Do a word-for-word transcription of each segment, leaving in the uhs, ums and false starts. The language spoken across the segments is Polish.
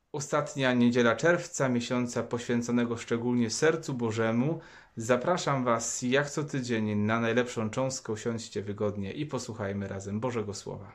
Ostatnia niedziela czerwca, miesiąca poświęconego szczególnie Sercu Bożemu. Zapraszam Was jak co tydzień na najlepszą cząstkę. Usiądźcie wygodnie i posłuchajmy razem Bożego Słowa.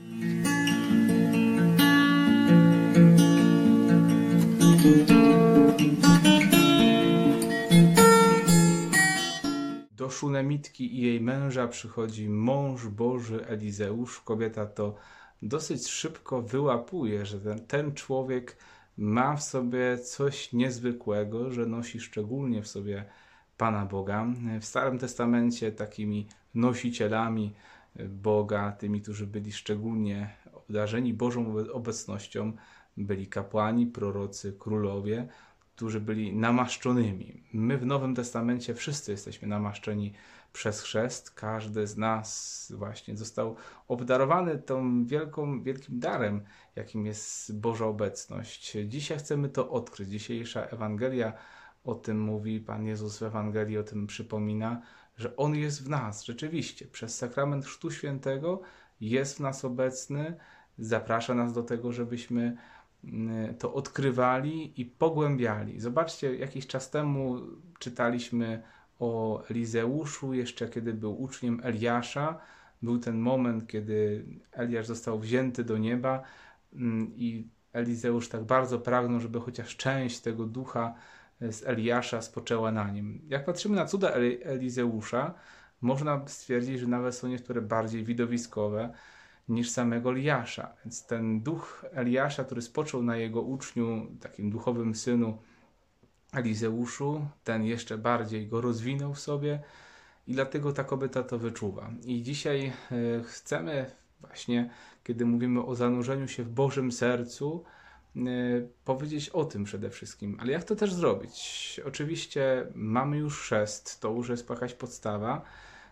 Do Szunemitki i jej męża przychodzi mąż Boży Elizeusz. Kobieta to dosyć szybko wyłapuje, że ten, ten człowiek ma w sobie coś niezwykłego, że nosi szczególnie w sobie Pana Boga. W Starym Testamencie takimi nosicielami Boga, tymi, którzy byli szczególnie obdarzeni Bożą obecnością, byli kapłani, prorocy, królowie, którzy byli namaszczonymi. My w Nowym Testamencie wszyscy jesteśmy namaszczeni przez chrzest. Każdy z nas właśnie został obdarowany tą wielką, wielkim darem, jakim jest Boża obecność. Dzisiaj chcemy to odkryć. Dzisiejsza Ewangelia o tym mówi. Pan Jezus w Ewangelii o tym przypomina, że On jest w nas. Rzeczywiście, przez sakrament Chrztu Świętego jest w nas obecny. Zaprasza nas do tego, żebyśmy to odkrywali i pogłębiali. Zobaczcie, jakiś czas temu czytaliśmy o Elizeuszu, jeszcze kiedy był uczniem Eliasza. Był ten moment, kiedy Eliasz został wzięty do nieba i Elizeusz tak bardzo pragnął, żeby chociaż część tego ducha z Eliasza spoczęła na nim. Jak patrzymy na cuda Elizeusza, można stwierdzić, że nawet są niektóre bardziej widowiskowe niż samego Eliasza. Więc ten duch Eliasza, który spoczął na jego uczniu, takim duchowym synu Elizeuszu, ten jeszcze bardziej go rozwinął w sobie i dlatego ta kobieta to wyczuwa. I dzisiaj y, chcemy właśnie, kiedy mówimy o zanurzeniu się w Bożym sercu, y, powiedzieć o tym przede wszystkim. Ale jak to też zrobić? Oczywiście mamy już chrzest, to już jest jakaś podstawa,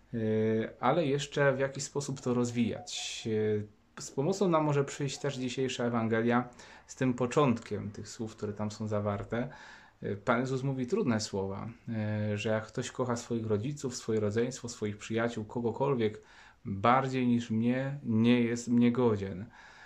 ale jeszcze w jakiś sposób to rozwijać. Z pomocą nam może przyjść też dzisiejsza Ewangelia z tym początkiem tych słów, które tam są zawarte. Pan Jezus mówi trudne słowa, że jak ktoś kocha swoich rodziców, swoje rodzeństwo, swoich przyjaciół, kogokolwiek bardziej niż mnie, nie jest mnie godzien.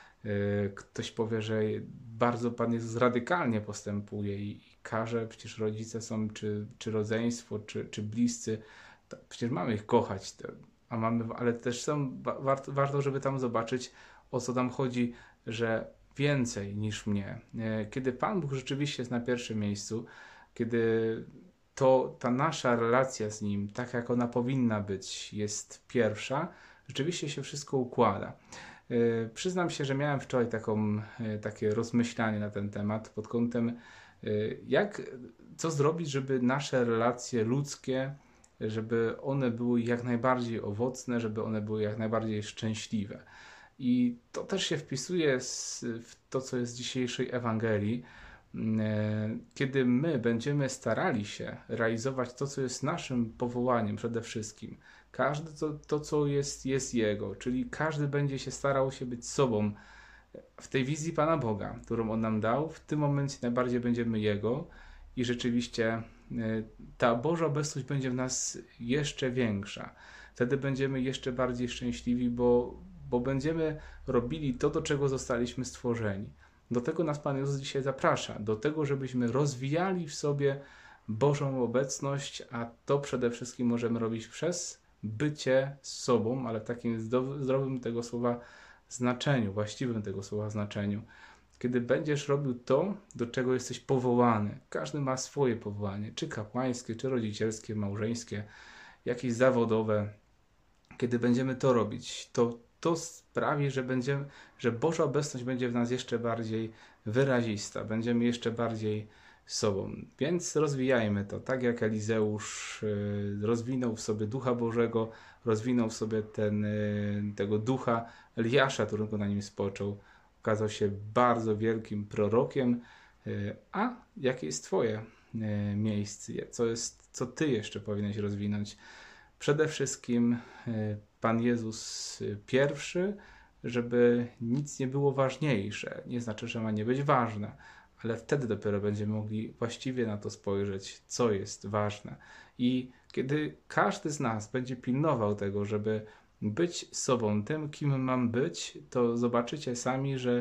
Ktoś powie, że bardzo Pan Jezus radykalnie postępuje i każe, przecież rodzice są, czy, czy rodzeństwo, czy, czy bliscy, przecież mamy ich kochać, a mamy, ale też są, warto, warto, żeby tam zobaczyć, o co tam chodzi, że więcej niż mnie. Kiedy Pan Bóg rzeczywiście jest na pierwszym miejscu, kiedy to ta nasza relacja z Nim, tak jak ona powinna być, jest pierwsza, rzeczywiście się wszystko układa. Przyznam się, że miałem wczoraj taką, takie rozmyślanie na ten temat pod kątem, jak, co zrobić, żeby nasze relacje ludzkie, żeby one były jak najbardziej owocne, żeby one były jak najbardziej szczęśliwe. I to też się wpisuje w to, co jest w dzisiejszej Ewangelii. Kiedy my będziemy starali się realizować to, co jest naszym powołaniem przede wszystkim, każdy to, to co jest, jest Jego, czyli każdy będzie się starał się być sobą w tej wizji Pana Boga, którą On nam dał, w tym momencie najbardziej będziemy Jego i rzeczywiście ta Boża obecność będzie w nas jeszcze większa. Wtedy będziemy jeszcze bardziej szczęśliwi, bo, bo będziemy robili to, do czego zostaliśmy stworzeni. Do tego nas Pan Jezus dzisiaj zaprasza, do tego, żebyśmy rozwijali w sobie Bożą obecność, a to przede wszystkim możemy robić przez bycie sobą, ale w takim zdrowym tego słowa znaczeniu, właściwym tego słowa znaczeniu. Kiedy będziesz robił to, do czego jesteś powołany. Każdy ma swoje powołanie, czy kapłańskie, czy rodzicielskie, małżeńskie, jakieś zawodowe. Kiedy będziemy to robić, to to sprawi, że, będziemy, że Boża obecność będzie w nas jeszcze bardziej wyrazista, będziemy jeszcze bardziej sobą. Więc rozwijajmy to, tak jak Elizeusz rozwinął w sobie Ducha Bożego, rozwinął w sobie ten, tego Ducha Eliasza, którego na nim spoczął. Okazał się bardzo wielkim prorokiem. A jakie jest Twoje miejsce? Co, jest, co Ty jeszcze powinieneś rozwinąć? Przede wszystkim Pan Jezus pierwszy, żeby nic nie było ważniejsze. Nie znaczy, że ma nie być ważne, ale wtedy dopiero będziemy mogli właściwie na to spojrzeć, co jest ważne. I kiedy każdy z nas będzie pilnował tego, żeby być sobą, tym, kim mam być, to zobaczycie sami, że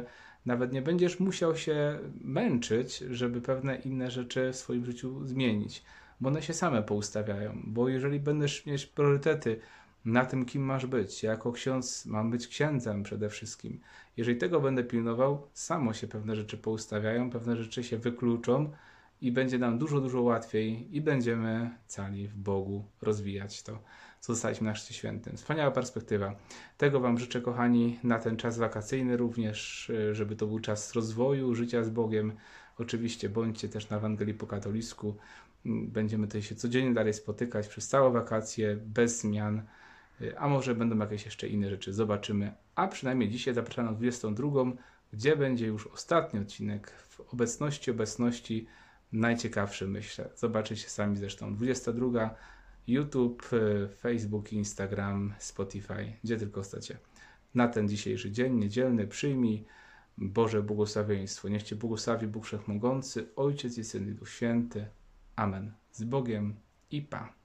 Nawet nie będziesz musiał się męczyć, żeby pewne inne rzeczy w swoim życiu zmienić, bo one się same poustawiają. Bo jeżeli będziesz mieć priorytety na tym, kim masz być, ja jako ksiądz mam być księdzem przede wszystkim. Jeżeli tego będę pilnował, samo się pewne rzeczy poustawiają, pewne rzeczy się wykluczą i będzie nam dużo, dużo łatwiej i będziemy cali w Bogu rozwijać to, co zostaliśmy na Chrzcie Świętym. Wspaniała perspektywa. Tego Wam życzę, kochani, na ten czas wakacyjny również, żeby to był czas rozwoju, życia z Bogiem. Oczywiście bądźcie też na Ewangelii po katolicku. Będziemy tutaj się codziennie dalej spotykać przez całe wakacje, bez zmian. A może będą jakieś jeszcze inne rzeczy, zobaczymy. A przynajmniej dzisiaj zapraszam na dwudziestą drugą, gdzie będzie już ostatni odcinek w obecności, obecności najciekawszy, myślę. Zobaczycie sami zresztą. dwudziesta druga, YouTube, Facebook, Instagram, Spotify, gdzie tylko chcecie. Na ten dzisiejszy dzień niedzielny przyjmij Boże błogosławieństwo. Niech Cię błogosławi Bóg Wszechmogący, Ojciec i Syn i Duch Święty. Amen. Z Bogiem i Pa.